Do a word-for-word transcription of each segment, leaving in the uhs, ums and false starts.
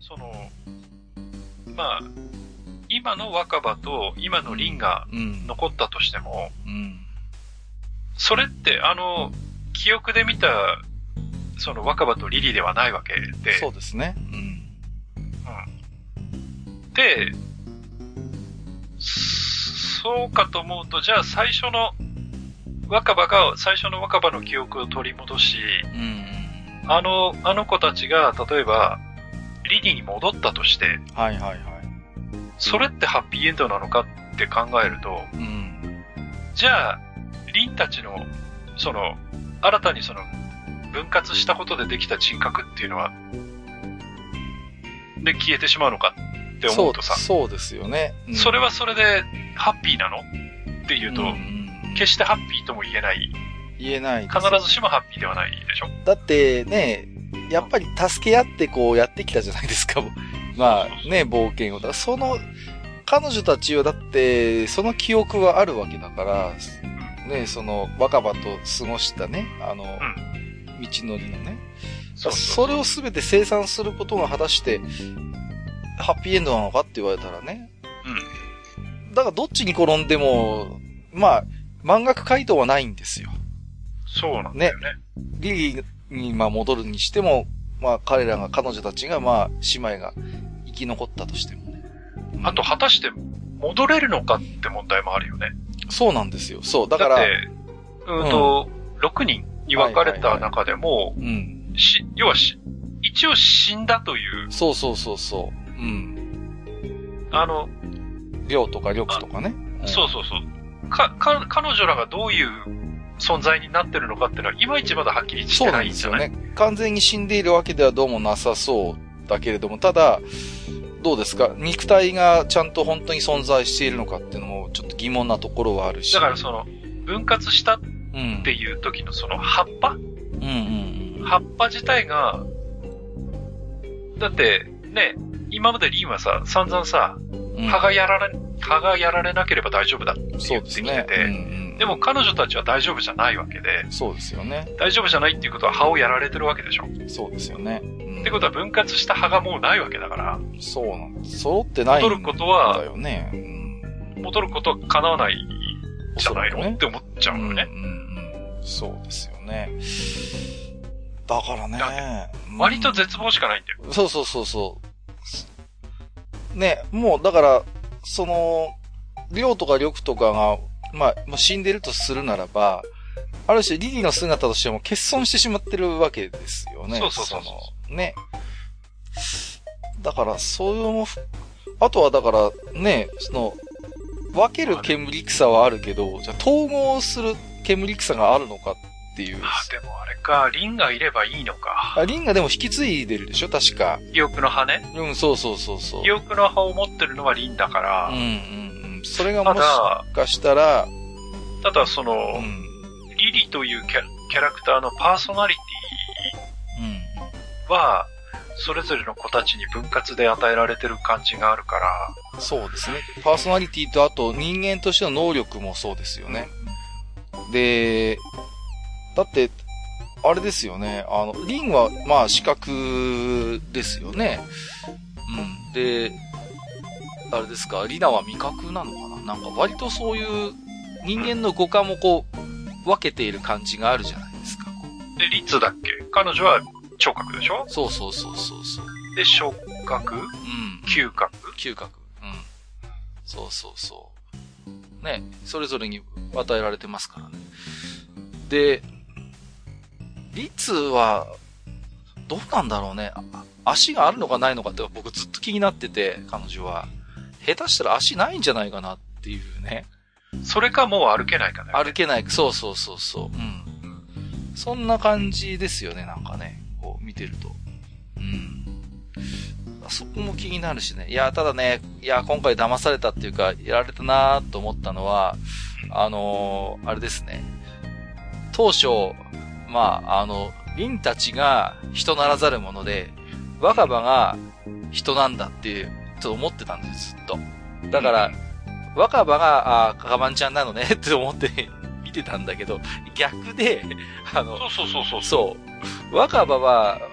その、まあ、今の若葉と今の凛が残ったとしても、うんうん、それってあの、記憶で見た、その若葉とリリーではないわけで。 そうですね。うん。うん 。で、そうかと思うと、じゃあ最初の若葉が、最初の若葉の記憶を取り戻し、うん、あの、あの子たちが、例えば、リリーに戻ったとして、 はいはいはい。 それってハッピーエンドなのかって考えると、うん、じゃあ、凛たちの、その、新たにその、分割したことでできた人格っていうのは、で消えてしまうのかって思うとさ、 そう、そうですよね、 うん。それはそれで、ハッピーなのっていうと、うん、決してハッピーとも言えない。 言えない。 必ずしもハッピーではないでしょ。 だってね、やっぱり助け合ってこうやってきたじゃないですか。まあね、冒険を。だからその、彼女たちはだって、その記憶はあるわけだから、ね、その、若葉と過ごしたね、あの、うん、道のりのね。そうそうそう、それをすべて清算することが果たして、ハッピーエンドなのかって言われたらね。うん。だからどっちに転んでも、まあ、満額回答はないんですよ。 そうなんだよね。ね、 リリーにまあ戻るにしても、まあ彼らが、彼女たちがまあ姉妹が生き残ったとしてもね。 うん、あと果たして戻れるのかって問題もあるよね。 そうなんですよ。そう。だから。 だって、うんと、うん、ろくにんに分かれた中でも、はいはいはい、うん、し、要はし、一応死んだという。 そうそうそうそう。うん。 あの、 亮とか緑とかね。 うん、そうそうそう。か、か、彼女らがどういう存在になってるのかっていうのは、いまいちまだはっきりしてないんじゃない？ そうなんですよね。完全に死んでいるわけではどうもなさそうだけれども、ただ、どうですか？肉体がちゃんと本当に存在しているのかっていうのも、ちょっと疑問なところはあるし。 だからその、分割したっていう時のその葉っぱ、うんうんうん、葉っぱ自体が、だって、ね、今までリンはさ、散々さ、うん、葉がやられ、葉がやられなければ大丈夫だって言ってきてて、でねうんうん、でも彼女たちは大丈夫じゃないわけで、 そうですよね。 大丈夫じゃないっていうことは葉をやられてるわけでしょ。 そうですよね。うん、 ってことは分割した葉がもうないわけだから。 そうなんです。揃ってないんだよね。 戻ることは、うん、戻ることは叶わないじゃないの、ね、って思っちゃうのね、うんうんうん。そうですよね。だからね。 割と絶望しかないんだよ。 うん、そうそうそうそう。ね、もうだから、その、亮とか緑とかが、まあ、まあ、死んでるとするならば、ある種リリーの姿としても欠損してしまってるわけですよね。 そうそうそうそう。そのね。だから、そういうの、あとはだから、ね、その、分ける煙草はあるけど、じゃあ統合する煙草があるのかっていう。 あ、でもあれか、リンがいればいいのか。 あ、リンがでも引き継いでるでしょ確か。 記憶の葉ね。 うん、そうそうそうそう。 記憶の葉を持ってるのはリンだから。 うんうんうん。それがもしかしたら、 ただその、うん、リリというキャ、キャラクターのパーソナリティは、それぞれの子たちに分割で与えられてる感じがあるから。 そうですね。パーソナリティとあと人間としての能力もそうですよね。で、だって、あれですよね。あの、リンは、まあ、視覚ですよね。うん。で、あれですか、リナは味覚なのかな？なんか割とそういう人間の五感もこう、分けている感じがあるじゃないですか。 で、リツだっけ？彼女は聴覚でしょ？ そうそうそうそうそう。 で、触覚？うん。嗅覚？ 嗅覚。うん。そうそうそう。ね、それぞれに与えられてますからね。で、リツは、どうなんだろうね。足があるのかないのかって僕ずっと気になってて、彼女は。下手したら足ないんじゃないかなっていうね。 それかもう歩けないかね。 歩けない。そうそうそうそう。うん。そんな感じですよね、なんかね。こう見てると。うん。そこも気になるしね。いや、ただね、いや、今回騙されたっていうか、やられたなと思ったのは、あのー、あれですね。当初、まあ、あの、リンたちが人ならざるもので、若葉が人なんだっていう、ちょっと思ってたんです、ずっと。だから、若葉が、あ、かがまんちゃんなのねって思って見てたんだけど、逆で、あの、 そうそうそうそう。 そう。若葉は、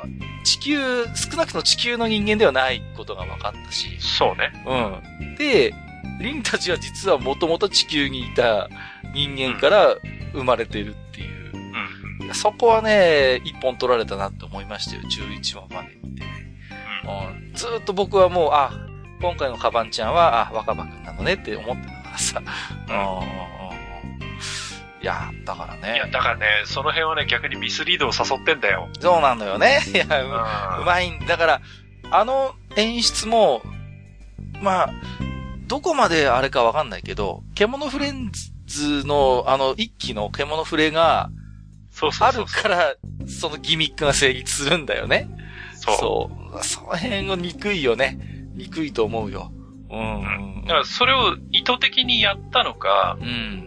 地球、少なくとも地球の人間ではないことが分かったし。 そうね。 うん。で、リンたちは実はもともと地球にいた人間から生まれてるっていう。うん、そこはね、一本取られたなって思いましたよ。じゅういちわまで見てね。うん、ずーっと僕はもう、あ、今回のカバンちゃんは、あ、若葉くんなのねって思ってたからさ。うん。いや、だからね。 いや、だからね、その辺はね、逆にミスリードを誘ってんだよ。 そうなんだよね。いや、う, うまいんだから、あの演出も、まあ、どこまであれかわかんないけど、獣フレンズの、あの、一期の獣フレが、 そうそうそうそうあるから、そのギミックが成立するんだよね。 そう。 そう。その辺が憎いよね。憎いと思うよ。うん。 うん、だからそれを意図的にやったのか、うん。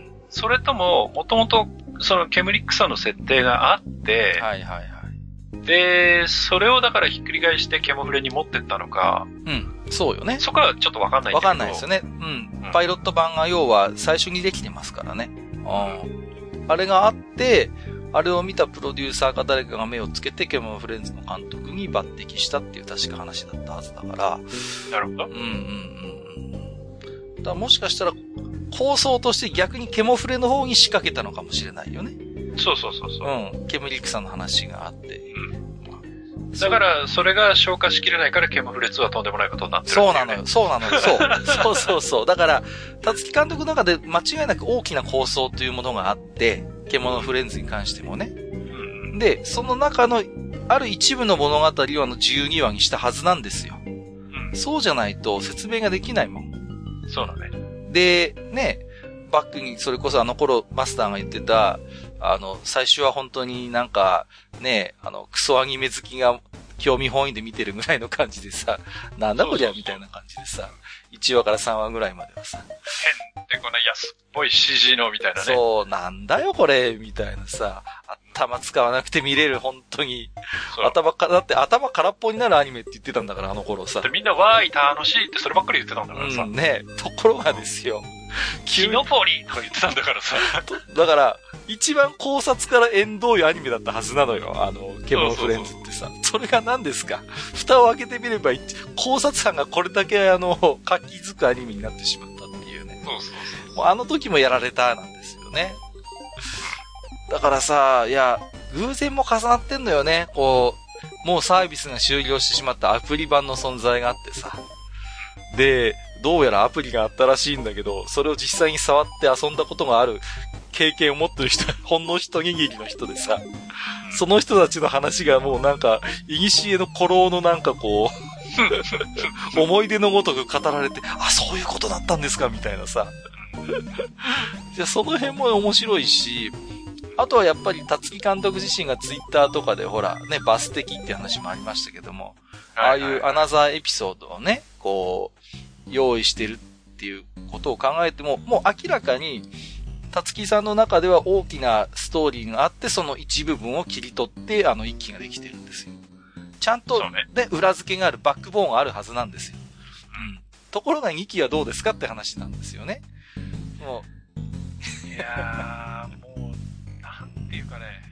それとも、もともと、その煙草の設定があって、 はいはいはい。 で、それをだからひっくり返してケモフレに持ってったのか。 うん。そうよね。 そこはちょっとわかんないんだけど。 わかんないですよね。うん。うん、パイロット版が要は最初にできてますからね。うん。あれがあって、あれを見たプロデューサーか誰かが目をつけてケモフレンズの監督に抜擢したっていう確か話だったはずだから。 なるほど。 うんうんうん。だからもしかしたら、構想として逆にケモフレの方に仕掛けたのかもしれないよね。 そうそうそうそう。 うん。煙草の話があって。 うん。だから、それが消化しきれないからケモフレツはとんでもないことになってる、 ね。そうなのよ。そうなのよ。そう。そうそうそう。だから、たつき監督の中で間違いなく大きな構想というものがあって、ケモノフレンズに関してもね。うん、で、その中の、ある一部の物語をあのじゅうにわにしたはずなんですよ。うん、そうじゃないと説明ができないもん。 そうだね。 で、ね、バックにそれこそあの頃マスターが言ってた、あの、最初は本当になんか、ね、あの、クソアニメ好きが興味本位で見てるぐらいの感じでさ、なんだこりゃみたいな感じでさ、いちわからさんわぐらいまではさ。 変ってこの安っぽい シージー のみたいなね。 そう、なんだよこれ、みたいなさ、頭使わなくて見れる、本当に。頭か、だって頭空っぽになるアニメって言ってたんだから、あの頃さ。 みんなわーい楽しいってそればっかり言ってたんだからさ。 うんね、ところがですよ。 キノポリとか言ってたんだからさ。 だから、一番考察から縁遠いアニメだったはずなのよ。あの、ケモノフレンズってさ。そうそうそうそれが何ですか？蓋を開けてみれば、考察班がこれだけあの、活気づくアニメになってしまったっていうね。 そうそうそう。 もうあの時もやられたなんですよね。だからさ、いや、偶然も重なってんのよね。こう、もうサービスが終了してしまったアプリ版の存在があってさ。で、どうやらアプリがあったらしいんだけど、それを実際に触って遊んだことがある経験を持ってる人、ほんの一握りの人でさ、その人たちの話がもうなんか、いにしえの古老のなんかこう、思い出のごとく語られて、あ、そういうことだったんですかみたいなさ。じゃあその辺も面白いし、あとはやっぱり、たつき監督自身がツイッターとかでほら、ね、バス的って話もありましたけども、ああいうアナザーエピソードをね、こう、用意してるっていうことを考えても、もう明らかに、たつきさんの中では大きなストーリーがあって、その一部分を切り取って、あの一期ができてるんですよ。ちゃんと、ね、裏付けがあるバックボーンがあるはずなんですよ。うん。ところがにきはどうですかって話なんですよね。もう。いやー、もう、なんていうかね。